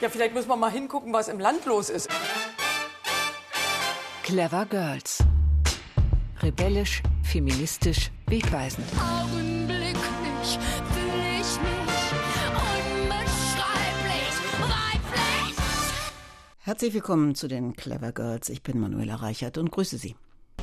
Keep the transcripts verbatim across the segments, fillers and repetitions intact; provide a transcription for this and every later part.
Ja, vielleicht muss man mal hingucken, was im Land los ist. Clever Girls. Rebellisch, feministisch, wegweisend. Augenblicklich fühle ich mich unbeschreiblich weiblich. Herzlich willkommen zu den Clever Girls. Ich bin Manuela Reichert und grüße Sie.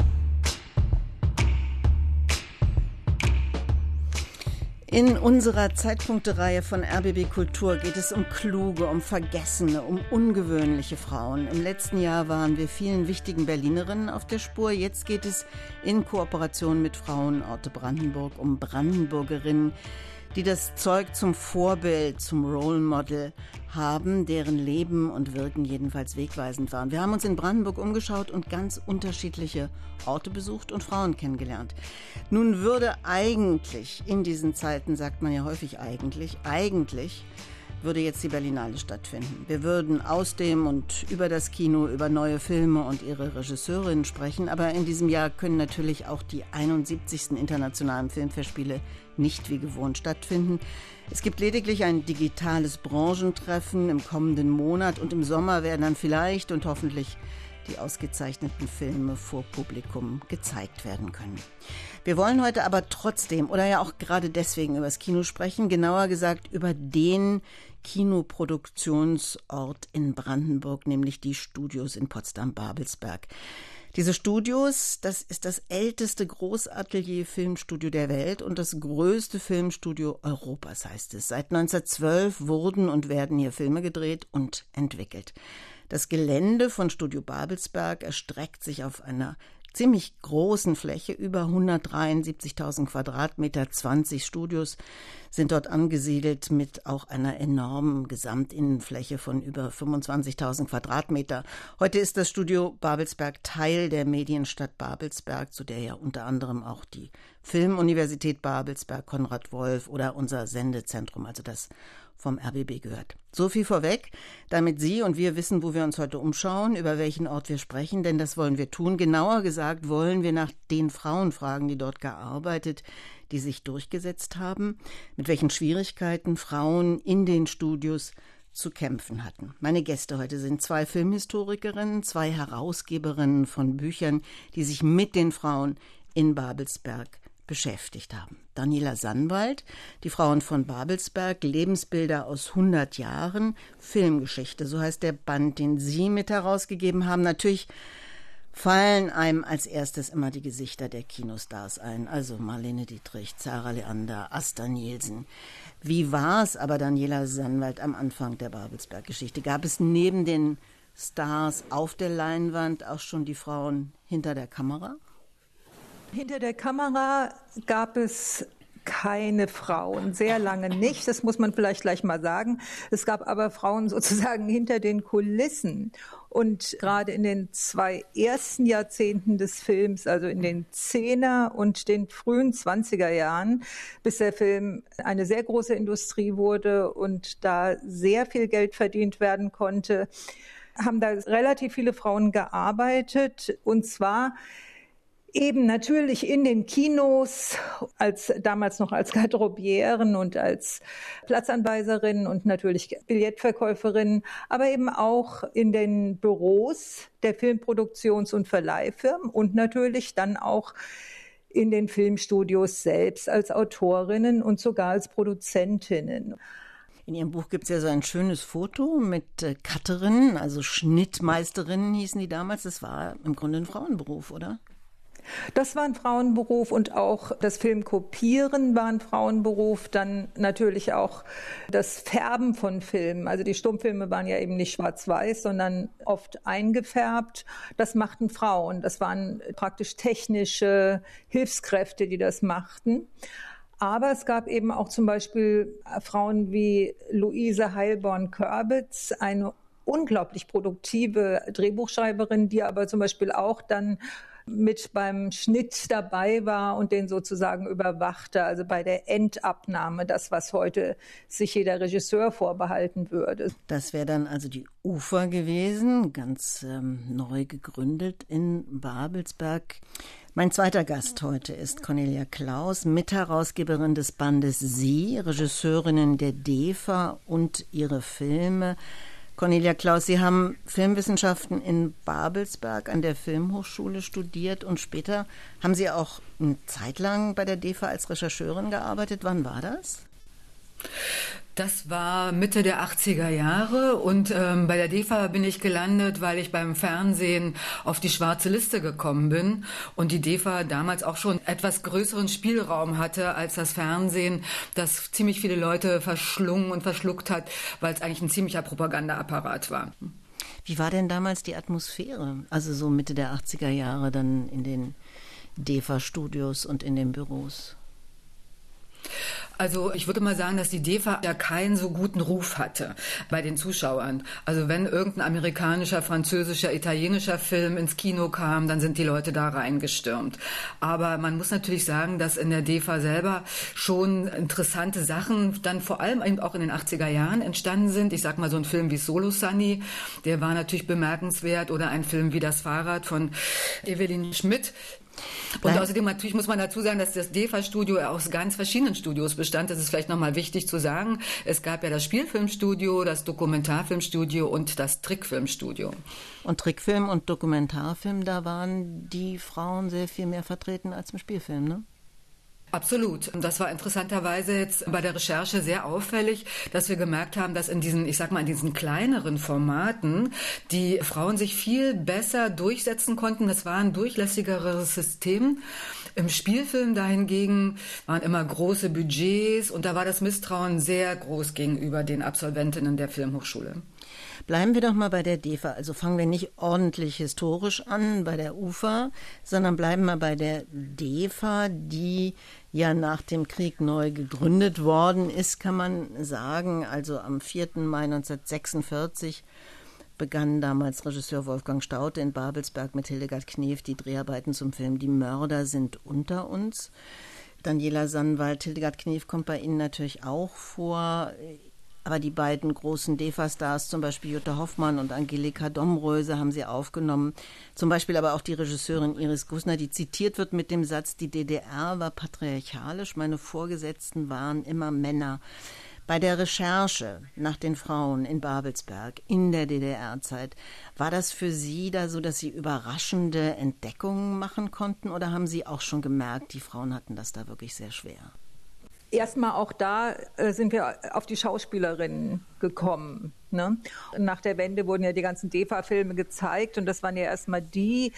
In unserer Zeitpunkte-Reihe von R B B Kultur geht es um kluge, um vergessene, um ungewöhnliche Frauen. Im letzten Jahr waren wir vielen wichtigen Berlinerinnen auf der Spur. Jetzt geht es in Kooperation mit Frauenorte Brandenburg um Brandenburgerinnen, die das Zeug zum Vorbild, zum Role Model haben, deren Leben und Wirken jedenfalls wegweisend waren. Wir haben uns in Brandenburg umgeschaut und ganz unterschiedliche Orte besucht und Frauen kennengelernt. Nun würde eigentlich, in diesen Zeiten sagt man ja häufig eigentlich, eigentlich würde jetzt die Berlinale stattfinden. Wir würden aus dem und über das Kino, über neue Filme und ihre Regisseurinnen sprechen, aber in diesem Jahr können natürlich auch die einundsiebzigsten internationalen Filmfestspiele nicht wie gewohnt stattfinden. Es gibt lediglich ein digitales Branchentreffen im kommenden Monat und im Sommer werden dann vielleicht und hoffentlich die ausgezeichneten Filme vor Publikum gezeigt werden können. Wir wollen heute aber trotzdem oder ja auch gerade deswegen über das Kino sprechen, genauer gesagt über den Kinoproduktionsort in Brandenburg, nämlich die Studios in Potsdam-Babelsberg. Diese Studios, das ist das älteste Großatelier-Filmstudio der Welt und das größte Filmstudio Europas, heißt es. Seit neunzehnhundertzwölf wurden und werden hier Filme gedreht und entwickelt. Das Gelände von Studio Babelsberg erstreckt sich auf einer ziemlich großen Fläche, über hundertdreiundsiebzigtausend Quadratmeter, zwanzig Studios sind dort angesiedelt mit auch einer enormen Gesamtinnenfläche von über fünfundzwanzigtausend Quadratmeter. Heute ist das Studio Babelsberg Teil der Medienstadt Babelsberg, zu der ja unter anderem auch die Filmuniversität Babelsberg, Konrad Wolf oder unser Sendezentrum, also das vom R B B gehört. So viel vorweg, damit Sie und wir wissen, wo wir uns heute umschauen, über welchen Ort wir sprechen, denn das wollen wir tun. Genauer gesagt wollen wir nach den Frauen fragen, die dort gearbeitet, die sich durchgesetzt haben, mit welchen Schwierigkeiten Frauen in den Studios zu kämpfen hatten. Meine Gäste heute sind zwei Filmhistorikerinnen, zwei Herausgeberinnen von Büchern, die sich mit den Frauen in Babelsberg beschäftigt haben. Daniela Sannwald, die Frauen von Babelsberg, Lebensbilder aus hundert Jahren, Filmgeschichte, so heißt der Band, den Sie mit herausgegeben haben. Natürlich fallen einem als erstes immer die Gesichter der Kinostars ein, also Marlene Dietrich, Zara Leander, Asta Nielsen. Wie war es aber, Daniela Sannwald, am Anfang der Babelsberg-Geschichte? Gab es neben den Stars auf der Leinwand auch schon die Frauen hinter der Kamera? Hinter der Kamera gab es keine Frauen, sehr lange nicht, das muss man vielleicht gleich mal sagen. Es gab aber Frauen sozusagen hinter den Kulissen. Und gerade in den zwei ersten Jahrzehnten des Films, also in den Zehner und den frühen Zwanziger Jahren, bis der Film eine sehr große Industrie wurde und da sehr viel Geld verdient werden konnte, haben da relativ viele Frauen gearbeitet, und zwar eben natürlich in den Kinos, als damals noch als Garderobieren und als Platzanweiserinnen und natürlich Billettverkäuferinnen, aber eben auch in den Büros der Filmproduktions- und Verleihfirmen und natürlich dann auch in den Filmstudios selbst als Autorinnen und sogar als Produzentinnen. In Ihrem Buch gibt es ja so ein schönes Foto mit äh, Cutterinnen, also Schnittmeisterinnen hießen die damals. Das war im Grunde ein Frauenberuf, oder? Das war ein Frauenberuf und auch das Filmkopieren war ein Frauenberuf, dann natürlich auch das Färben von Filmen. Also die Stummfilme waren ja eben nicht schwarz-weiß, sondern oft eingefärbt. Das machten Frauen. Das waren praktisch technische Hilfskräfte, die das machten. Aber es gab eben auch zum Beispiel Frauen wie Luise Heilborn-Körbitz, eine unglaublich produktive Drehbuchschreiberin, die aber zum Beispiel auch dann mit beim Schnitt dabei war und den sozusagen überwachte, also bei der Endabnahme, das, was heute sich jeder Regisseur vorbehalten würde. Das wäre dann also die UFA gewesen, ganz ähm, neu gegründet in Babelsberg. Mein zweiter Gast heute ist Cornelia Klaus, Mitherausgeberin des Bandes Sie, Regisseurinnen der D E F A und ihre Filme. Cornelia Klaus, Sie haben Filmwissenschaften in Babelsberg an der Filmhochschule studiert und später haben Sie auch eine Zeit lang bei der D E F A als Rechercheurin gearbeitet. Wann war das? Das war Mitte der achtziger Jahre und ähm, bei der D E F A bin ich gelandet, weil ich beim Fernsehen auf die schwarze Liste gekommen bin und die D E F A damals auch schon etwas größeren Spielraum hatte als das Fernsehen, das ziemlich viele Leute verschlungen und verschluckt hat, weil es eigentlich ein ziemlicher Propagandaapparat war. Wie war denn damals die Atmosphäre? Also so Mitte der achtziger Jahre dann in den D E F A-Studios und in den Büros? Also ich würde mal sagen, dass die D E F A ja keinen so guten Ruf hatte bei den Zuschauern. Also wenn irgendein amerikanischer, französischer, italienischer Film ins Kino kam, dann sind die Leute da reingestürmt. Aber man muss natürlich sagen, dass in der D E F A selber schon interessante Sachen dann vor allem auch in den achtziger Jahren entstanden sind. Ich sag mal so ein Film wie Solo Sunny, der war natürlich bemerkenswert, oder ein Film wie Das Fahrrad von Evelyn Schmidt. Und Nein. außerdem natürlich muss man dazu sagen, dass das D E F A-Studio aus ganz verschiedenen Studios bestand. Das ist vielleicht nochmal wichtig zu sagen. Es gab ja das Spielfilmstudio, das Dokumentarfilmstudio und das Trickfilmstudio. Und Trickfilm und Dokumentarfilm, da waren die Frauen sehr viel mehr vertreten als im Spielfilm, ne? Absolut. Das war interessanterweise jetzt bei der Recherche sehr auffällig, dass wir gemerkt haben, dass in diesen, ich sag mal, in diesen kleineren Formaten die Frauen sich viel besser durchsetzen konnten. Das war ein durchlässigeres System. Im Spielfilm dahingegen waren immer große Budgets und da war das Misstrauen sehr groß gegenüber den Absolventinnen der Filmhochschule. Bleiben wir doch mal bei der D E F A. Also fangen wir nicht ordentlich historisch an bei der U F A, sondern bleiben wir bei der D E F A, die ja nach dem Krieg neu gegründet worden ist, kann man sagen. Also am vierten Mai neunzehnhundertsechsundvierzig begann damals Regisseur Wolfgang Staudte in Babelsberg mit Hildegard Knef die Dreharbeiten zum Film Die Mörder sind unter uns. Daniela Sannwald, Hildegard Knef kommt bei Ihnen natürlich auch vor. Aber die beiden großen D E F A-Stars, zum Beispiel Jutta Hoffmann und Angelika Domröse, haben sie aufgenommen. Zum Beispiel aber auch die Regisseurin Iris Gusner, die zitiert wird mit dem Satz, die D D R war patriarchalisch, meine Vorgesetzten waren immer Männer. Bei der Recherche nach den Frauen in Babelsberg in der D D R-Zeit, war das für Sie da so, dass Sie überraschende Entdeckungen machen konnten, oder haben Sie auch schon gemerkt, die Frauen hatten das da wirklich sehr schwer? Erstmal auch da äh, sind wir auf die Schauspielerinnen gekommen. Ne? Nach der Wende wurden ja die ganzen D E F A-Filme gezeigt und das waren ja erstmal die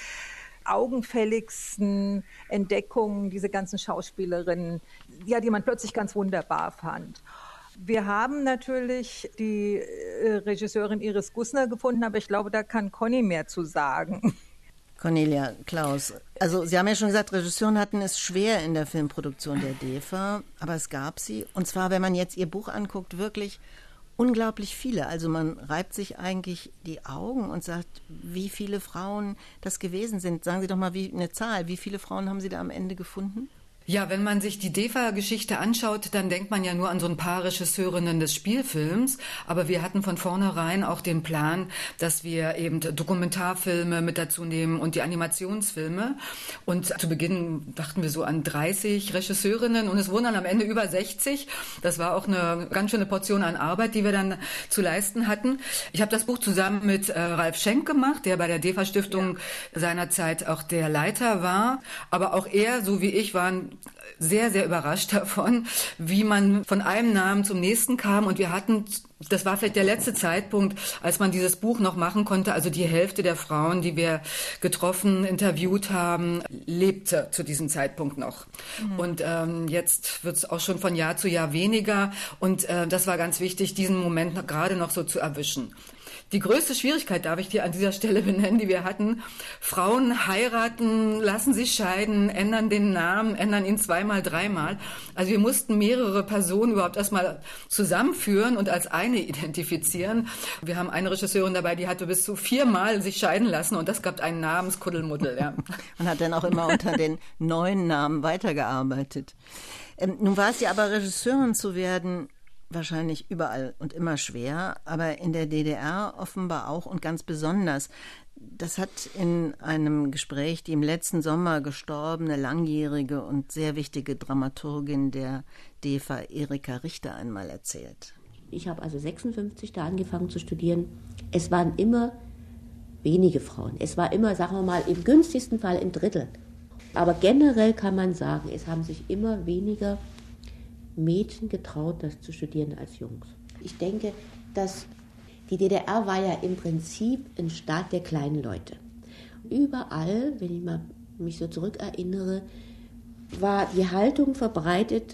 augenfälligsten Entdeckungen, diese ganzen Schauspielerinnen, ja, die man plötzlich ganz wunderbar fand. Wir haben natürlich die äh, Regisseurin Iris Gusner gefunden, aber ich glaube, da kann Conny mehr zu sagen. Cornelia Klaus, also Sie haben ja schon gesagt, Regisseuren hatten es schwer in der Filmproduktion der D E F A, aber es gab sie. Und zwar, wenn man jetzt Ihr Buch anguckt, wirklich unglaublich viele. Also man reibt sich eigentlich die Augen und sagt, wie viele Frauen das gewesen sind. Sagen Sie doch mal wie eine Zahl. Wie viele Frauen haben Sie da am Ende gefunden? Ja, wenn man sich die D E F A-Geschichte anschaut, dann denkt man ja nur an so ein paar Regisseurinnen des Spielfilms. Aber wir hatten von vornherein auch den Plan, dass wir eben Dokumentarfilme mit dazu nehmen und die Animationsfilme. Und zu Beginn dachten wir so an dreißig Regisseurinnen und es wurden dann am Ende über sechzig. Das war auch eine ganz schöne Portion an Arbeit, die wir dann zu leisten hatten. Ich habe das Buch zusammen mit äh, Ralf Schenk gemacht, der bei der D E F A-Stiftung ja. seinerzeit auch der Leiter war. Aber auch er, so wie ich, waren sehr, sehr überrascht davon, wie man von einem Namen zum nächsten kam. Und wir hatten, das war vielleicht der letzte Zeitpunkt, als man dieses Buch noch machen konnte. Also die Hälfte der Frauen, die wir getroffen, interviewt haben, lebte zu diesem Zeitpunkt noch. Mhm. Und ähm, jetzt wird es auch schon von Jahr zu Jahr weniger. Und äh, das war ganz wichtig, diesen Moment noch, gerade noch so zu erwischen. Die größte Schwierigkeit, darf ich dir an dieser Stelle benennen, die wir hatten: Frauen heiraten, lassen sich scheiden, ändern den Namen, ändern ihn zweimal, dreimal. Also wir mussten mehrere Personen überhaupt erstmal zusammenführen und als eine identifizieren. Wir haben eine Regisseurin dabei, die hatte bis zu viermal sich scheiden lassen und das gab einen Namenskuddelmuddel. Ja. Man hat dann auch immer unter den neuen Namen weitergearbeitet. Ähm, nun war es ja aber, Regisseurin zu werden, wahrscheinlich überall und immer schwer, aber in der D D R offenbar auch und ganz besonders. Das hat in einem Gespräch die im letzten Sommer gestorbene, langjährige und sehr wichtige Dramaturgin der D E F A, Erika Richter, einmal erzählt. Ich habe also sechsundfünfzig da angefangen zu studieren. Es waren immer wenige Frauen. Es war immer, sagen wir mal, im günstigsten Fall ein Drittel. Aber generell kann man sagen, es haben sich immer weniger Mädchen getraut, das zu studieren als Jungs. Ich denke, dass die D D R war ja im Prinzip ein Staat der kleinen Leute. Überall, wenn ich mal mich so zurückerinnere, war die Haltung verbreitet,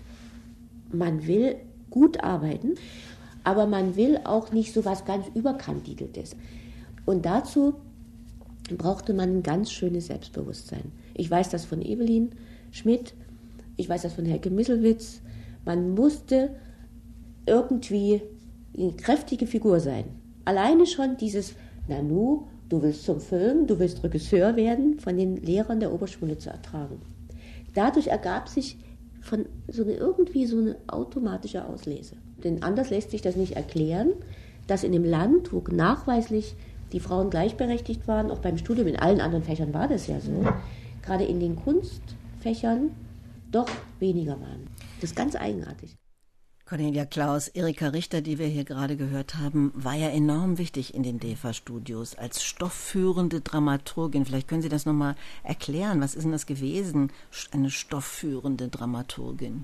man will gut arbeiten, aber man will auch nicht so was ganz Überkandideltes. Und dazu brauchte man ein ganz schönes Selbstbewusstsein. Ich weiß das von Evelyn Schmidt, ich weiß das von Helke Misselwitz. Man musste irgendwie eine kräftige Figur sein. Alleine schon dieses, Nanu, du willst zum Film, du willst Regisseur werden, von den Lehrern der Oberschule zu ertragen. Dadurch ergab sich von so eine, irgendwie so eine automatische Auslese. Denn anders lässt sich das nicht erklären, dass in dem Land, wo nachweislich die Frauen gleichberechtigt waren, auch beim Studium, in allen anderen Fächern war das ja so, gerade in den Kunstfächern doch weniger waren. Das ist ganz eigenartig. Cornelia Klaus, Erika Richter, die wir hier gerade gehört haben, war ja enorm wichtig in den D E F A-Studios als stoffführende Dramaturgin. Vielleicht können Sie das nochmal erklären. Was ist denn das gewesen, eine stoffführende Dramaturgin?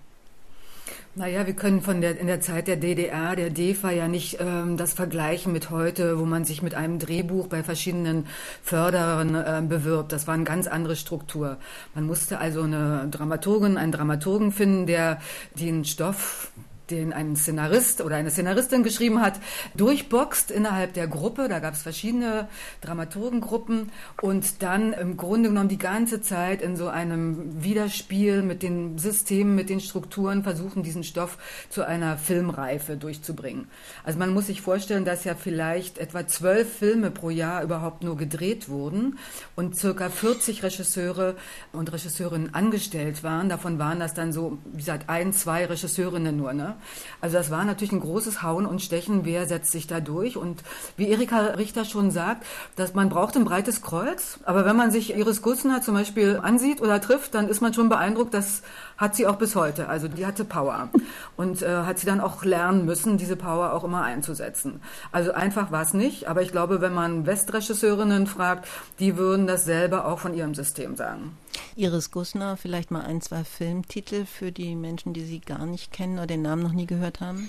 Naja, wir können von der, in der Zeit der D D R, der D E F A ja nicht ähm, das vergleichen mit heute, wo man sich mit einem Drehbuch bei verschiedenen Förderern äh, bewirbt. Das war eine ganz andere Struktur. Man musste also eine Dramaturgin, einen Dramaturgen finden, der den Stoff, den ein Szenarist oder eine Szenaristin geschrieben hat, durchboxt innerhalb der Gruppe. Da gab es verschiedene Dramaturgengruppen und dann im Grunde genommen die ganze Zeit in so einem Widerspiel mit den Systemen, mit den Strukturen versuchen, diesen Stoff zu einer Filmreife durchzubringen. Also man muss sich vorstellen, dass ja vielleicht etwa zwölf Filme pro Jahr überhaupt nur gedreht wurden und circa vierzig Regisseure und Regisseurinnen angestellt waren. Davon waren das dann so, wie gesagt, ein, zwei Regisseurinnen nur, ne? Also das war natürlich ein großes Hauen und Stechen, wer setzt sich da durch. Und wie Erika Richter schon sagt, dass man braucht ein breites Kreuz, aber wenn man sich Iris Gusner zum Beispiel ansieht oder trifft, dann ist man schon beeindruckt, das hat sie auch bis heute. Also die hatte Power und äh, hat sie dann auch lernen müssen, diese Power auch immer einzusetzen. Also einfach war es nicht, aber ich glaube, wenn man Westregisseurinnen fragt, die würden das selber auch von ihrem System sagen. Iris Gusner, vielleicht mal ein, zwei Filmtitel für die Menschen, die Sie gar nicht kennen oder den Namen noch nie gehört haben?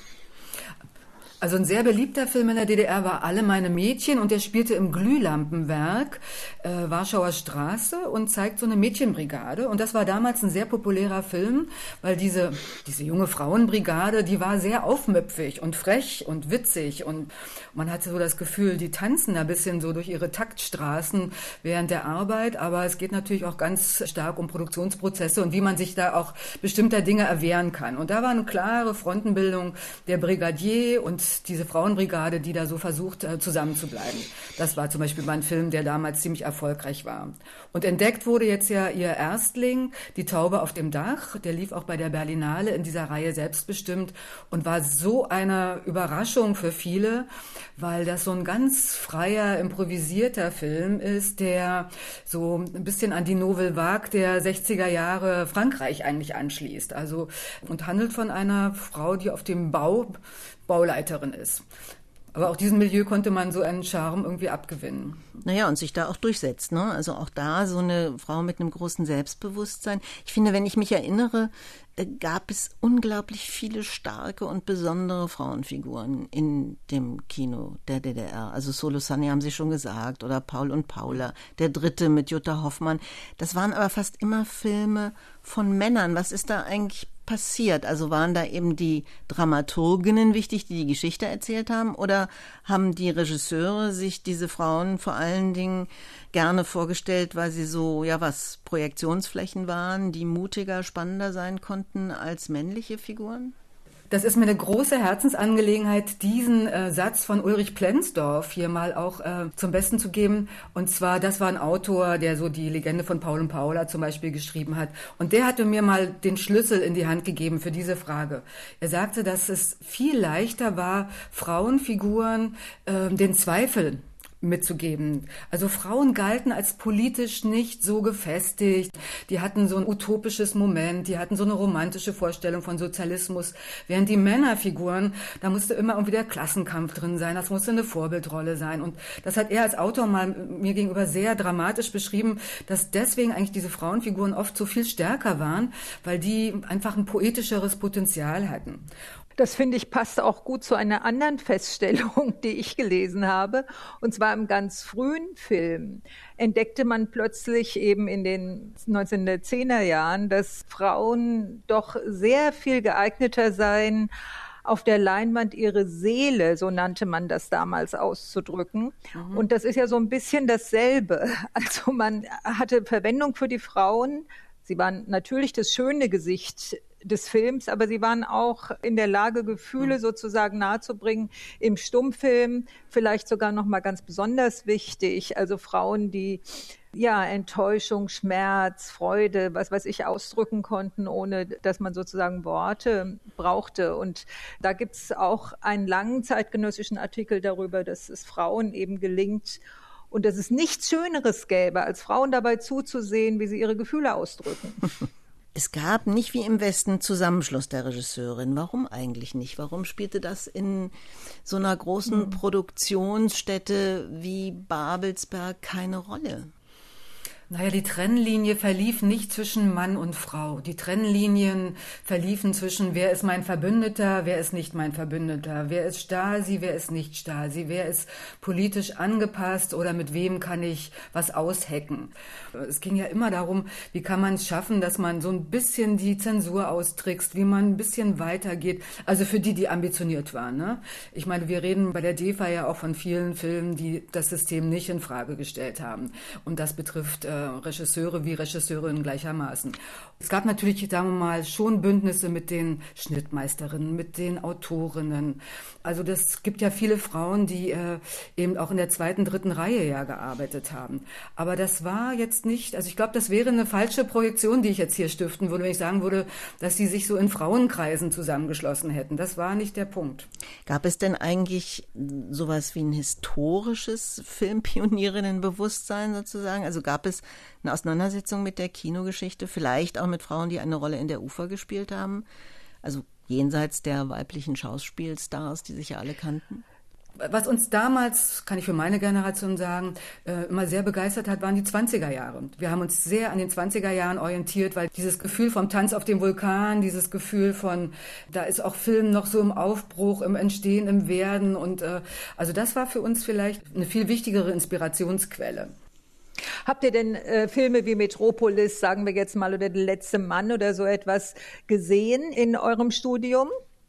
Also ein sehr beliebter Film in der D D R war Alle meine Mädchen und der spielte im Glühlampenwerk äh, Warschauer Straße und zeigt so eine Mädchenbrigade. Und das war damals ein sehr populärer Film, weil diese, diese junge Frauenbrigade, die war sehr aufmüpfig und frech und witzig und man hatte so das Gefühl, die tanzen ein bisschen so durch ihre Taktstraßen während der Arbeit, aber es geht natürlich auch ganz stark um Produktionsprozesse und wie man sich da auch bestimmter Dinge erwehren kann. Und da war eine klare Frontenbildung der Brigadier und diese Frauenbrigade, die da so versucht, äh, zusammenzubleiben. Das war zum Beispiel mal ein Film, der damals ziemlich erfolgreich war. Und entdeckt wurde jetzt ja ihr Erstling, Die Taube auf dem Dach. Der lief auch bei der Berlinale in dieser Reihe Selbstbestimmt und war so eine Überraschung für viele, weil das so ein ganz freier, improvisierter Film ist, der so ein bisschen an die Nouvelle Vague der sechziger Jahre Frankreich eigentlich anschließt. Also, und handelt von einer Frau, die auf dem Bau Bauleiterin ist. Aber auch diesem Milieu konnte man so einen Charme irgendwie abgewinnen. Naja, und sich da auch durchsetzt, ne? Also auch da so eine Frau mit einem großen Selbstbewusstsein. Ich finde, wenn ich mich erinnere, gab es unglaublich viele starke und besondere Frauenfiguren in dem Kino der D D R. Also Solo Sunny haben Sie schon gesagt oder Paul und Paula, der Dritte mit Jutta Hoffmann. Das waren aber fast immer Filme von Männern. Was ist da eigentlich passiert? Also waren da eben die Dramaturginnen wichtig, die die Geschichte erzählt haben, oder haben die Regisseure sich diese Frauen vor allen Dingen gerne vorgestellt, weil sie so, ja was, Projektionsflächen waren, die mutiger, spannender sein konnten als männliche Figuren? Das ist mir eine große Herzensangelegenheit, diesen äh, Satz von Ulrich Plenzdorf hier mal auch äh, zum Besten zu geben. Und zwar, das war ein Autor, der so die Legende von Paul und Paula zum Beispiel geschrieben hat. Und der hatte mir mal den Schlüssel in die Hand gegeben für diese Frage. Er sagte, dass es viel leichter war, Frauenfiguren äh, den Zweifel mitzugeben. Also Frauen galten als politisch nicht so gefestigt. Die hatten so ein utopisches Moment, die hatten so eine romantische Vorstellung von Sozialismus, während die Männerfiguren, da musste immer irgendwie der Klassenkampf drin sein, das musste eine Vorbildrolle sein. Und das hat er als Autor mal mir gegenüber sehr dramatisch beschrieben, dass deswegen eigentlich diese Frauenfiguren oft so viel stärker waren, weil die einfach ein poetischeres Potenzial hatten. Das finde ich passt auch gut zu einer anderen Feststellung, die ich gelesen habe. Und zwar im ganz frühen Film entdeckte man plötzlich eben in den neunzehnhundertzehner Jahren, dass Frauen doch sehr viel geeigneter seien, auf der Leinwand ihre Seele, so nannte man das damals, auszudrücken. Mhm. Und das ist ja so ein bisschen dasselbe. Also man hatte Verwendung für die Frauen. Sie waren natürlich das schöne Gesicht des Films, aber sie waren auch in der Lage, Gefühle sozusagen nahezubringen im Stummfilm, vielleicht sogar noch mal ganz besonders wichtig, also Frauen, die ja Enttäuschung, Schmerz, Freude, was weiß ich, ausdrücken konnten, ohne dass man sozusagen Worte brauchte. Und da gibt es auch einen langen zeitgenössischen Artikel darüber, dass es Frauen eben gelingt, und dass es nichts Schöneres gäbe, als Frauen dabei zuzusehen, wie sie ihre Gefühle ausdrücken. Es gab nicht wie im Westen Zusammenschluss der Regisseurin. Warum eigentlich nicht? Warum spielte das in so einer großen Produktionsstätte wie Babelsberg keine Rolle? Naja, die Trennlinie verlief nicht zwischen Mann und Frau. Die Trennlinien verliefen zwischen, wer ist mein Verbündeter, wer ist nicht mein Verbündeter, wer ist Stasi, wer ist nicht Stasi, wer ist politisch angepasst oder mit wem kann ich was aushacken. Es ging ja immer darum, wie kann man es schaffen, dass man so ein bisschen die Zensur austrickst, wie man ein bisschen weitergeht. Also für die, die ambitioniert waren. Ne? Ich meine, wir reden bei der D E F A ja auch von vielen Filmen, die das System nicht in Frage gestellt haben. Und das betrifft äh, Regisseure wie Regisseurinnen gleichermaßen. Es gab natürlich, sagen wir mal, schon Bündnisse mit den Schnittmeisterinnen, mit den Autorinnen. Also das gibt ja viele Frauen, die äh, eben auch in der zweiten, dritten Reihe ja gearbeitet haben. Aber das war jetzt nicht, also ich glaube, das wäre eine falsche Projektion, die ich jetzt hier stiften würde, wenn ich sagen würde, dass sie sich so in Frauenkreisen zusammengeschlossen hätten. Das war nicht der Punkt. Gab es denn eigentlich sowas wie ein historisches Filmpionierinnenbewusstsein sozusagen? Also gab es eine Auseinandersetzung mit der Kinogeschichte, vielleicht auch mit Frauen, die eine Rolle in der Ufer gespielt haben? Also jenseits der weiblichen Schauspielstars, die sich ja alle kannten? Was uns damals, kann ich für meine Generation sagen, äh, immer sehr begeistert hat, waren die zwanziger Jahre. Wir haben uns sehr an den zwanziger Jahren orientiert, weil dieses Gefühl vom Tanz auf dem Vulkan, dieses Gefühl von, da ist auch Film noch so im Aufbruch, im Entstehen, im Werden. Und äh, also das war für uns vielleicht eine viel wichtigere Inspirationsquelle. Habt ihr denn äh, Filme wie Metropolis, sagen wir jetzt mal, oder Der letzte Mann oder so etwas gesehen in eurem Studium?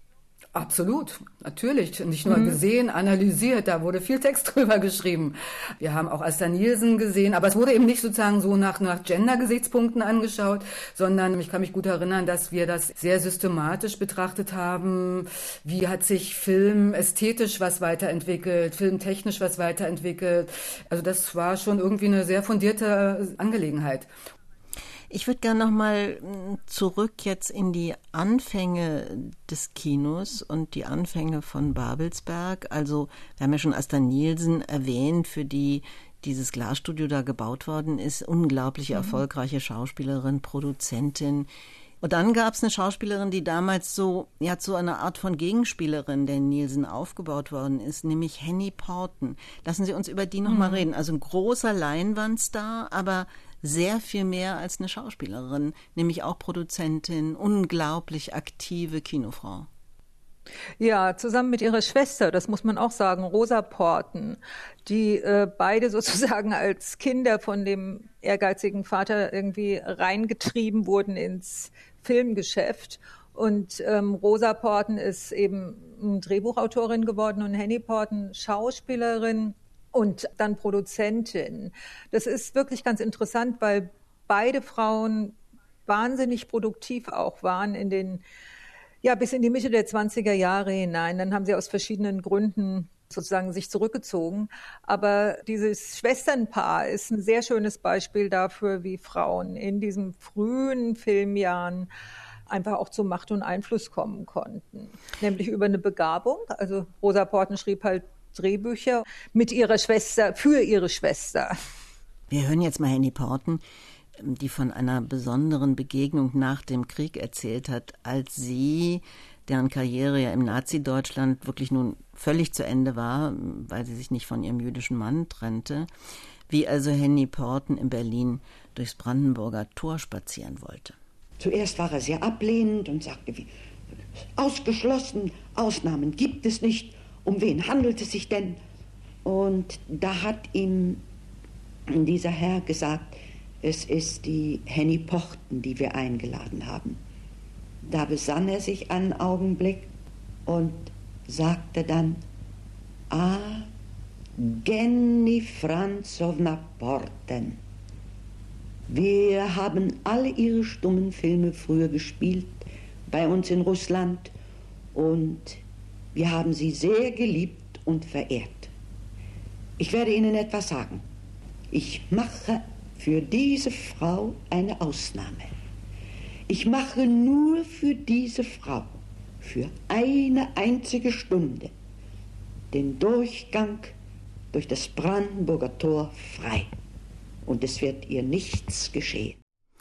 Absolut, natürlich. Nicht nur mhm. gesehen, analysiert, da wurde viel Text drüber geschrieben. Wir haben auch Asta Nielsen gesehen, aber es wurde eben nicht sozusagen so nach, nach Gender-Gesichtspunkten angeschaut, sondern ich kann mich gut erinnern, dass wir das sehr systematisch betrachtet haben. Wie hat sich Film ästhetisch was weiterentwickelt, filmtechnisch was weiterentwickelt. Also das war schon irgendwie eine sehr fundierte Angelegenheit. Ich würde gerne noch mal zurück jetzt in die Anfänge des Kinos und die Anfänge von Babelsberg. Also wir haben ja schon Asta Nielsen erwähnt, für die dieses Glasstudio da gebaut worden ist. Unglaublich mhm. erfolgreiche Schauspielerin, Produzentin. Und dann gab es eine Schauspielerin, die damals so, ja, so eine Art von Gegenspielerin der Nielsen aufgebaut worden ist, nämlich Henny Porten. Lassen Sie uns über die noch mhm. mal reden. Also ein großer Leinwandstar, aber sehr viel mehr als eine Schauspielerin, nämlich auch Produzentin, unglaublich aktive Kinofrau. Ja, zusammen mit ihrer Schwester, das muss man auch sagen, Rosa Porten, die äh, beide sozusagen als Kinder von dem ehrgeizigen Vater irgendwie reingetrieben wurden ins Filmgeschäft. Und ähm, Rosa Porten ist eben Drehbuchautorin geworden und Henny Porten Schauspielerin und dann Produzentin. Das ist wirklich ganz interessant, weil beide Frauen wahnsinnig produktiv auch waren in den, ja, bis in die Mitte der zwanziger Jahre hinein. Dann haben sie aus verschiedenen Gründen sozusagen sich zurückgezogen. Aber dieses Schwesternpaar ist ein sehr schönes Beispiel dafür, wie Frauen in diesen frühen Filmjahren einfach auch zu Macht und Einfluss kommen konnten. Nämlich über eine Begabung. Also Rosa Porten schrieb halt Drehbücher mit ihrer Schwester, für ihre Schwester. Wir hören jetzt mal Henny Porten, die von einer besonderen Begegnung nach dem Krieg erzählt hat, als sie, deren Karriere ja im Nazi-Deutschland wirklich nun völlig zu Ende war, weil sie sich nicht von ihrem jüdischen Mann trennte, wie also Henny Porten in Berlin durchs Brandenburger Tor spazieren wollte. Zuerst war er sehr ablehnend und sagte, wie, ausgeschlossen, Ausnahmen gibt es nicht, um wen handelt es sich denn? Und da hat ihm dieser Herr gesagt, es ist die Henny Porten, die wir eingeladen haben. Da besann er sich einen Augenblick und sagte dann, ah, Genny Franzowna Porten. Wir haben alle ihre stummen Filme früher gespielt, bei uns in Russland, und wir haben sie sehr geliebt und verehrt. Ich werde Ihnen etwas sagen. Ich mache für diese Frau eine Ausnahme. Ich mache nur für diese Frau, für eine einzige Stunde, den Durchgang durch das Brandenburger Tor frei. Und es wird ihr nichts geschehen.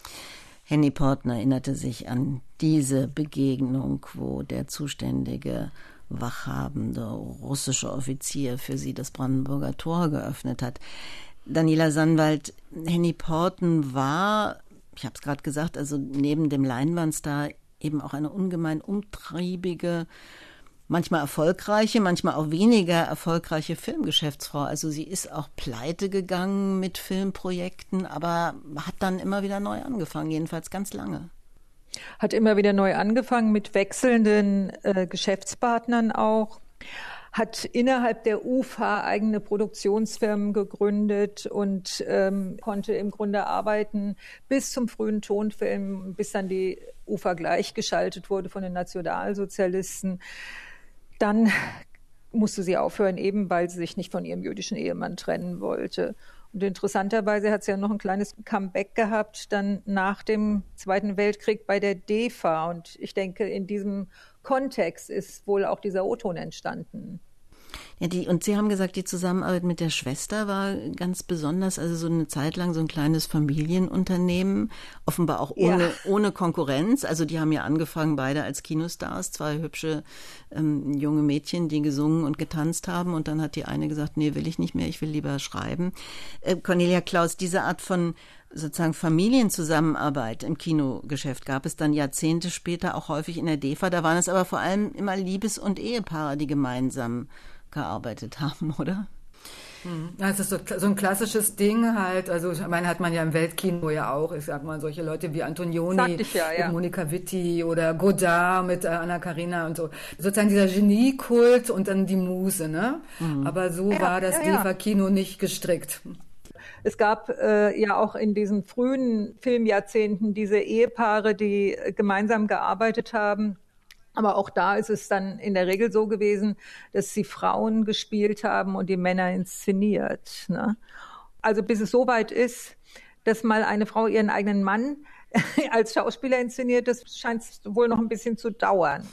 Henny Porten erinnerte sich an diese Begegnung, wo der zuständige wachhabende russische Offizier für sie das Brandenburger Tor geöffnet hat. Daniela Sannwald, Henny Porten war, ich habe es gerade gesagt, also neben dem Leinwandstar eben auch eine ungemein umtriebige, manchmal erfolgreiche, manchmal auch weniger erfolgreiche Filmgeschäftsfrau. Also sie ist auch pleite gegangen mit Filmprojekten, aber hat dann immer wieder neu angefangen, jedenfalls ganz lange. Hat immer wieder neu angefangen mit wechselnden äh, Geschäftspartnern auch. Hat innerhalb der U F A eigene Produktionsfirmen gegründet und ähm, konnte im Grunde arbeiten bis zum frühen Tonfilm, bis dann die U F A gleichgeschaltet wurde von den Nationalsozialisten. Dann musste sie aufhören, eben weil sie sich nicht von ihrem jüdischen Ehemann trennen wollte. Und interessanterweise hat sie ja noch ein kleines Comeback gehabt, dann nach dem Zweiten Weltkrieg bei der D E F A. Und ich denke, in diesem Kontext ist wohl auch dieser O-Ton entstanden. Ja, die, und Sie haben gesagt, die Zusammenarbeit mit der Schwester war ganz besonders, also so eine Zeit lang so ein kleines Familienunternehmen, offenbar auch ohne, ja. ohne Konkurrenz. Also die haben ja angefangen, beide als Kinostars, zwei hübsche ähm, junge Mädchen, die gesungen und getanzt haben, und dann hat die eine gesagt, nee, will ich nicht mehr, ich will lieber schreiben. Äh, Cornelia Klaus, diese Art von sozusagen Familienzusammenarbeit im Kinogeschäft gab es dann Jahrzehnte später auch häufig in der D E F A. Da waren es aber vor allem immer Liebes- und Ehepaare, die gemeinsam gearbeitet haben, oder? Ja, es ist so, so ein klassisches Ding halt, also ich meine, hat man ja im Weltkino ja auch, ich sag mal, solche Leute wie Antonioni ja, ja. und Monika Vitti oder Godard mit äh, Anna Karina und so. Sozusagen dieser Geniekult und dann die Muse, ne? Mhm. Aber so ja, war das ja, D E F A-Kino nicht gestrickt. Es gab äh, ja auch in diesen frühen Filmjahrzehnten diese Ehepaare, die äh, gemeinsam gearbeitet haben. Aber auch da ist es dann in der Regel so gewesen, dass sie Frauen gespielt haben und die Männer inszeniert. Ne? Also bis es so weit ist, dass mal eine Frau ihren eigenen Mann als Schauspieler inszeniert, das scheint wohl noch ein bisschen zu dauern.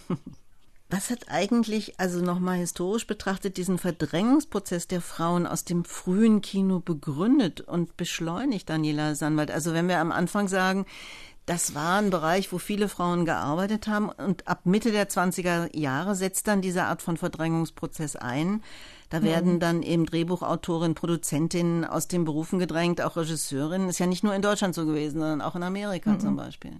Was hat eigentlich, also nochmal historisch betrachtet, diesen Verdrängungsprozess der Frauen aus dem frühen Kino begründet und beschleunigt, Daniela Sannwald? Also wenn wir am Anfang sagen, das war ein Bereich, wo viele Frauen gearbeitet haben, und ab Mitte der zwanziger Jahre setzt dann diese Art von Verdrängungsprozess ein. Da werden dann eben Drehbuchautorinnen, Produzentinnen aus den Berufen gedrängt, auch Regisseurinnen. Ist ja nicht nur in Deutschland so gewesen, sondern auch in Amerika mhm. zum Beispiel.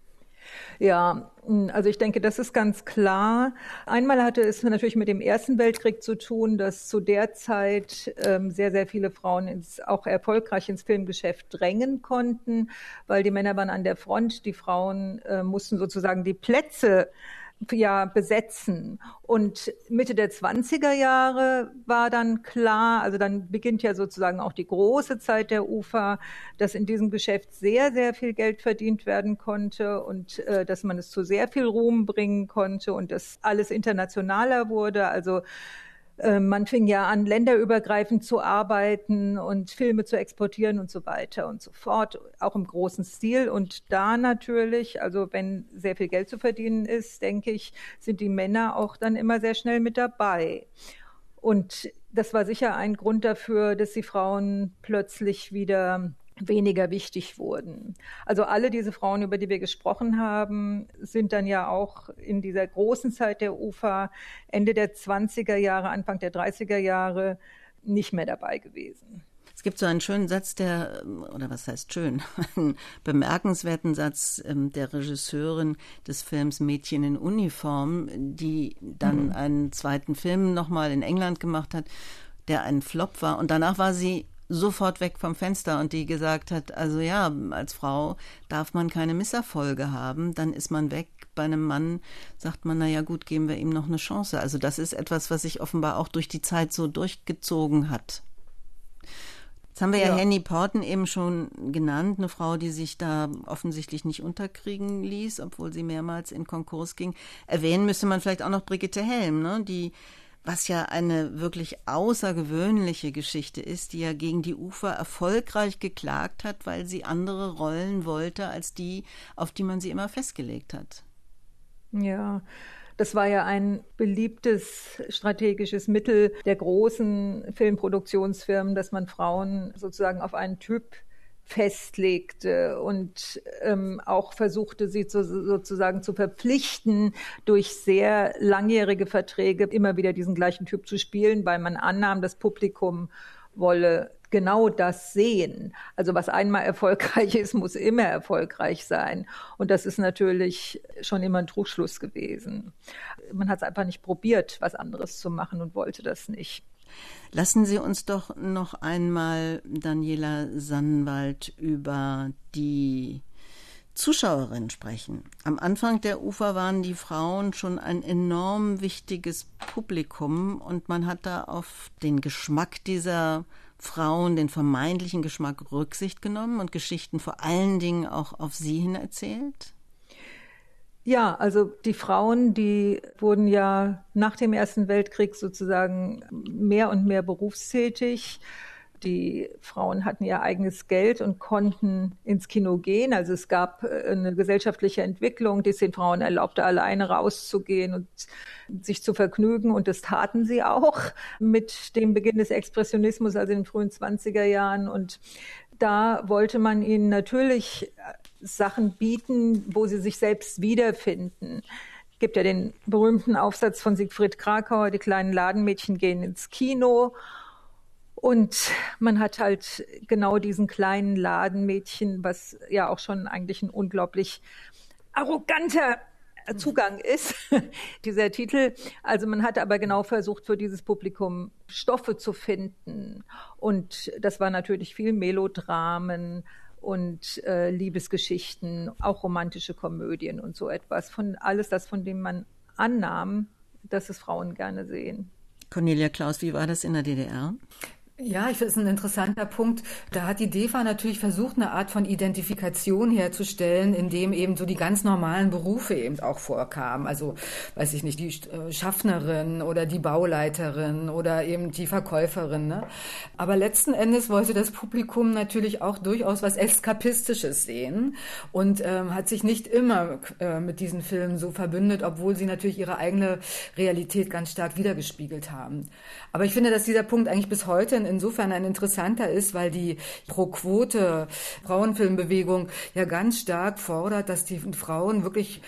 Ja, also ich denke, das ist ganz klar. Einmal hatte es natürlich mit dem Ersten Weltkrieg zu tun, dass zu der Zeit ähm, sehr, sehr viele Frauen ins, auch erfolgreich ins Filmgeschäft drängen konnten, weil die Männer waren an der Front, die Frauen äh, mussten sozusagen die Plätze ja besetzen. Und Mitte der zwanziger Jahre war dann klar, also dann beginnt ja sozusagen auch die große Zeit der U F A, dass in diesem Geschäft sehr, sehr viel Geld verdient werden konnte und äh, dass man es zu sehr viel Ruhm bringen konnte und dass alles internationaler wurde. Also man fing ja an, länderübergreifend zu arbeiten und Filme zu exportieren und so weiter und so fort, auch im großen Stil. Und da natürlich, also wenn sehr viel Geld zu verdienen ist, denke ich, sind die Männer auch dann immer sehr schnell mit dabei. Und das war sicher ein Grund dafür, dass die Frauen plötzlich wieder weniger wichtig wurden. Also alle diese Frauen, über die wir gesprochen haben, sind dann ja auch in dieser großen Zeit der U F A, Ende der zwanziger Jahre, Anfang der dreißiger Jahre, nicht mehr dabei gewesen. Es gibt so einen schönen Satz, der, oder was heißt schön, einen bemerkenswerten Satz der Regisseurin des Films Mädchen in Uniform, die dann mhm. einen zweiten Film nochmal in England gemacht hat, der ein Flop war. Und danach war sie sofort weg vom Fenster und die gesagt hat, also ja, als Frau darf man keine Misserfolge haben, dann ist man weg. Bei einem Mann sagt man, na ja gut, geben wir ihm noch eine Chance. Also das ist etwas, was sich offenbar auch durch die Zeit so durchgezogen hat. Jetzt haben wir ja, ja Henny Porten eben schon genannt, eine Frau, die sich da offensichtlich nicht unterkriegen ließ, obwohl sie mehrmals in Konkurs ging. Erwähnen müsste man vielleicht auch noch Brigitte Helm, ne, die, was ja eine wirklich außergewöhnliche Geschichte ist, die ja gegen die U F A erfolgreich geklagt hat, weil sie andere Rollen wollte als die, auf die man sie immer festgelegt hat. Ja, das war ja ein beliebtes strategisches Mittel der großen Filmproduktionsfirmen, dass man Frauen sozusagen auf einen Typ festlegte und ähm, auch versuchte, sie zu, sozusagen zu verpflichten, durch sehr langjährige Verträge immer wieder diesen gleichen Typ zu spielen, weil man annahm, das Publikum wolle genau das sehen. Also was einmal erfolgreich ist, muss immer erfolgreich sein. Und das ist natürlich schon immer ein Trugschluss gewesen. Man hat es einfach nicht probiert, was anderes zu machen und wollte das nicht. Lassen Sie uns doch noch einmal, Daniela Sannwald, über die Zuschauerinnen sprechen. Am Anfang der U F A waren die Frauen schon ein enorm wichtiges Publikum und man hat da auf den Geschmack dieser Frauen, den vermeintlichen Geschmack, Rücksicht genommen und Geschichten vor allen Dingen auch auf sie hin erzählt? Ja, also die Frauen, die wurden ja nach dem Ersten Weltkrieg sozusagen mehr und mehr berufstätig. Die Frauen hatten ihr eigenes Geld und konnten ins Kino gehen. Also es gab eine gesellschaftliche Entwicklung, die es den Frauen erlaubte, alleine rauszugehen und sich zu vergnügen. Und das taten sie auch mit dem Beginn des Expressionismus, also in den frühen zwanziger Jahren. Und da wollte man ihnen natürlich Sachen bieten, wo sie sich selbst wiederfinden. Es gibt ja den berühmten Aufsatz von Siegfried Krakauer, die kleinen Ladenmädchen gehen ins Kino. Und man hat halt genau diesen kleinen Ladenmädchen, was ja auch schon eigentlich ein unglaublich arroganter Zugang ist, dieser Titel. Also man hat aber genau versucht, für dieses Publikum Stoffe zu finden. Und das war natürlich viel Melodramen und äh, Liebesgeschichten, auch romantische Komödien und so etwas. Von alles das, von dem man annahm, dass es Frauen gerne sehen. Cornelia Klaus, wie war das in der D D R? Ja, ich finde es ein interessanter Punkt. Da hat die D E F A natürlich versucht, eine Art von Identifikation herzustellen, in dem eben so die ganz normalen Berufe eben auch vorkamen. Also, weiß ich nicht, die Schaffnerin oder die Bauleiterin oder eben die Verkäuferin. Ne? Aber letzten Endes wollte das Publikum natürlich auch durchaus was Eskapistisches sehen und ähm, hat sich nicht immer äh, mit diesen Filmen so verbündet, obwohl sie natürlich ihre eigene Realität ganz stark widergespiegelt haben. Aber ich finde, dass dieser Punkt eigentlich bis heute insofern ein interessanter ist, weil die Pro-Quote Frauenfilmbewegung ja ganz stark fordert, dass die Frauen wirklich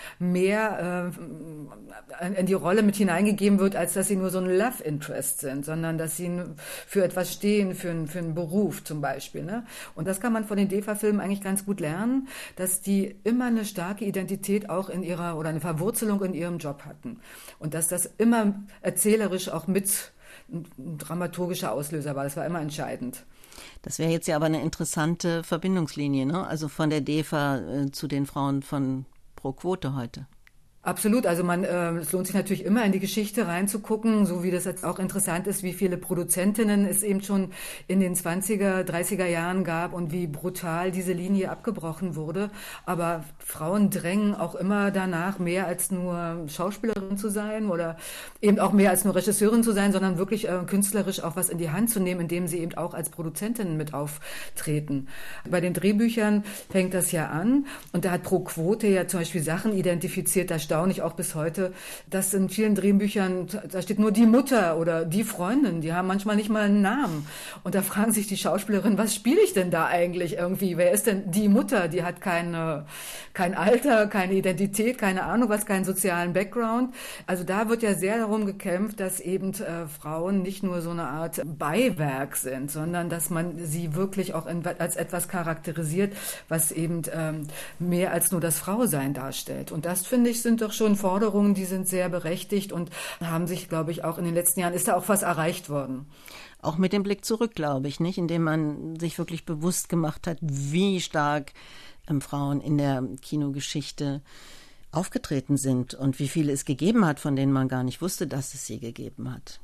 mehr äh, in die Rolle mit hineingegeben wird, als dass sie nur so ein Love Interest sind, sondern dass sie für etwas stehen, für, einen, für einen Beruf zum Beispiel. Ne? Und das kann man von den D E F A-Filmen eigentlich ganz gut lernen, dass die immer eine starke Identität auch in ihrer oder eine Verwurzelung in ihrem Job hatten. Und dass das immer erzählerisch auch mit ein dramaturgischer Auslöser war. Das war immer entscheidend. Das wäre jetzt ja aber eine interessante Verbindungslinie, ne? Also von der D E F A äh, zu den Frauen von Pro Quote heute. Absolut, also man, äh, es lohnt sich natürlich immer in die Geschichte reinzugucken, so wie das jetzt auch interessant ist, wie viele Produzentinnen es eben schon in den zwanziger, dreißiger Jahren gab und wie brutal diese Linie abgebrochen wurde. Aber Frauen drängen auch immer danach, mehr als nur Schauspielerin zu sein oder eben auch mehr als nur Regisseurin zu sein, sondern wirklich äh, künstlerisch auch was in die Hand zu nehmen, indem sie eben auch als Produzentinnen mit auftreten. Bei den Drehbüchern fängt das ja an und da hat Pro Quote ja zum Beispiel Sachen identifiziert, da erstaunlich, auch bis heute, dass in vielen Drehbüchern, da steht nur die Mutter oder die Freundin, die haben manchmal nicht mal einen Namen. Und da fragen sich die Schauspielerinnen, was spiele ich denn da eigentlich irgendwie? Wer ist denn die Mutter? Die hat keine, kein Alter, keine Identität, keine Ahnung was, keinen sozialen Background. Also da wird ja sehr darum gekämpft, dass eben äh, Frauen nicht nur so eine Art Beiwerk sind, sondern dass man sie wirklich auch in, als etwas charakterisiert, was eben ähm, mehr als nur das Frausein darstellt. Und das, finde ich, sind doch schon Forderungen, die sind sehr berechtigt und haben sich, glaube ich, auch in den letzten Jahren, ist da auch was erreicht worden. Auch mit dem Blick zurück, glaube ich, nicht, indem man sich wirklich bewusst gemacht hat, wie stark ähm, Frauen in der Kinogeschichte aufgetreten sind und wie viele es gegeben hat, von denen man gar nicht wusste, dass es sie gegeben hat.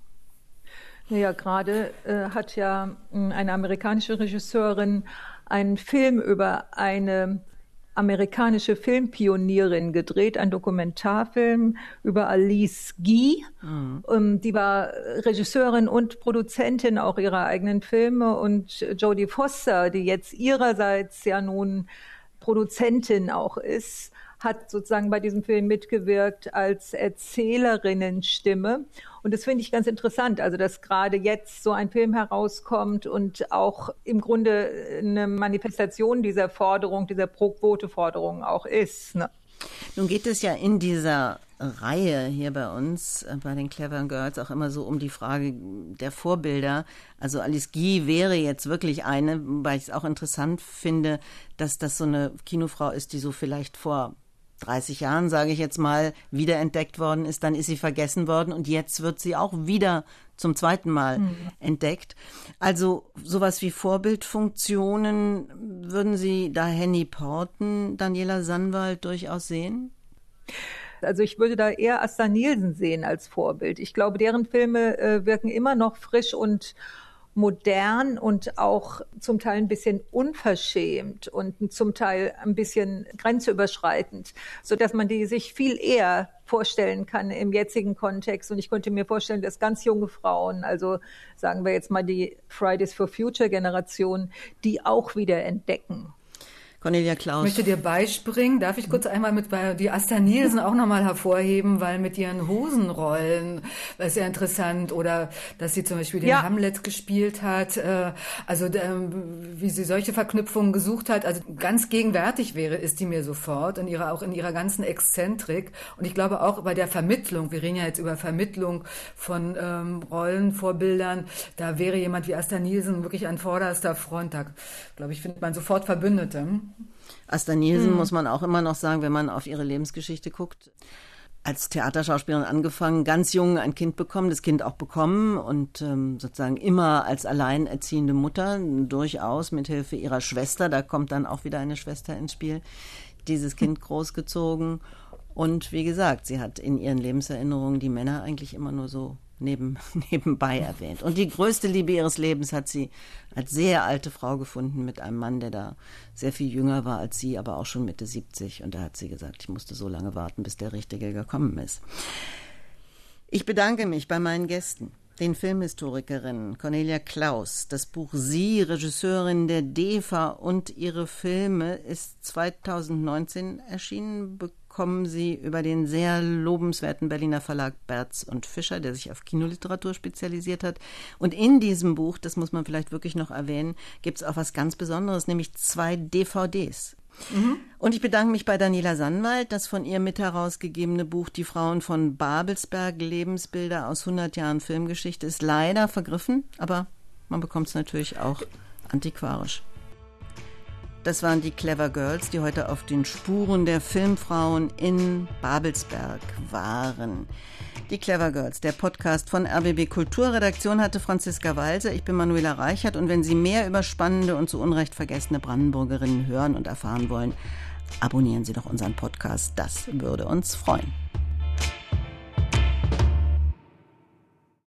Ja, gerade äh, hat ja eine amerikanische Regisseurin einen Film über eine amerikanische Filmpionierin gedreht, ein Dokumentarfilm über Alice Guy. Mhm. Die war Regisseurin und Produzentin auch ihrer eigenen Filme, und Jodie Foster, die jetzt ihrerseits ja nun Produzentin auch ist, hat sozusagen bei diesem Film mitgewirkt als Erzählerinnenstimme. Und das finde ich ganz interessant, also dass gerade jetzt so ein Film herauskommt und auch im Grunde eine Manifestation dieser Forderung, dieser Pro-Quote-Forderung auch ist. Ne? Nun geht es ja in dieser Reihe hier bei uns, bei den Clever Girls, auch immer so um die Frage der Vorbilder. Also Alice Guy wäre jetzt wirklich eine, wobei ich es auch interessant finde, dass das so eine Kinofrau ist, die so vielleicht vor dreißig Jahren, sage ich jetzt mal, wiederentdeckt worden ist, dann ist sie vergessen worden und jetzt wird sie auch wieder zum zweiten Mal mhm. entdeckt. Also sowas wie Vorbildfunktionen, würden Sie da Henny Porten, Daniela Sannwald durchaus sehen? Also ich würde da eher Asta Nielsen sehen als Vorbild. Ich glaube, deren Filme äh, wirken immer noch frisch und modern und auch zum Teil ein bisschen unverschämt und zum Teil ein bisschen grenzüberschreitend, so dass man die sich viel eher vorstellen kann im jetzigen Kontext. Und ich könnte mir vorstellen, dass ganz junge Frauen, also sagen wir jetzt mal die Fridays for Future Generation, die auch wieder entdecken. Cornelia Klaus. Ich möchte dir beispringen. Darf ich kurz einmal mit bei die Asta Nielsen auch nochmal hervorheben, weil mit ihren Hosenrollen, das ist ja interessant, oder dass sie zum Beispiel den ja. Hamlet gespielt hat, äh, also ähm, wie sie solche Verknüpfungen gesucht hat, also ganz gegenwärtig wäre, ist die mir sofort, in ihrer, auch in ihrer ganzen Exzentrik. Und ich glaube auch bei der Vermittlung, wir reden ja jetzt über Vermittlung von ähm, Rollenvorbildern, da wäre jemand wie Asta Nielsen wirklich an vorderster Front, da glaube ich, findet man sofort Verbündete. Asta Nielsen hm. muss man auch immer noch sagen, wenn man auf ihre Lebensgeschichte guckt. Als Theaterschauspielerin angefangen, ganz jung ein Kind bekommen, das Kind auch bekommen und ähm, sozusagen immer als alleinerziehende Mutter, durchaus mit Hilfe ihrer Schwester, da kommt dann auch wieder eine Schwester ins Spiel, dieses Kind großgezogen. Und wie gesagt, sie hat in ihren Lebenserinnerungen die Männer eigentlich immer nur so neben, nebenbei erwähnt. Und die größte Liebe ihres Lebens hat sie als sehr alte Frau gefunden mit einem Mann, der da sehr viel jünger war als sie, aber auch schon Mitte siebzig. Und da hat sie gesagt, ich musste so lange warten, bis der Richtige gekommen ist. Ich bedanke mich bei meinen Gästen, den Filmhistorikerinnen Cornelia Klaus. Das Buch Sie, Regisseurin der D E F A und ihre Filme ist zweitausendneunzehn erschienen. Kommen Sie über den sehr lobenswerten Berliner Verlag Berz und Fischer, der sich auf Kinoliteratur spezialisiert hat. Und in diesem Buch, das muss man vielleicht wirklich noch erwähnen, gibt es auch was ganz Besonderes, nämlich zwei D V Ds. Mhm. Und ich bedanke mich bei Daniela Sannwald, das von ihr mit herausgegebene Buch Die Frauen von Babelsberg, Lebensbilder aus hundert Jahren Filmgeschichte, ist leider vergriffen, aber man bekommt es natürlich auch antiquarisch. Das waren die Clever Girls, die heute auf den Spuren der Filmfrauen in Babelsberg waren. Die Clever Girls, der Podcast von R B B Kulturredaktion, hatte Franziska Walser. Ich bin Manuela Reichert. Und wenn Sie mehr über spannende und zu Unrecht vergessene Brandenburgerinnen hören und erfahren wollen, abonnieren Sie doch unseren Podcast. Das würde uns freuen.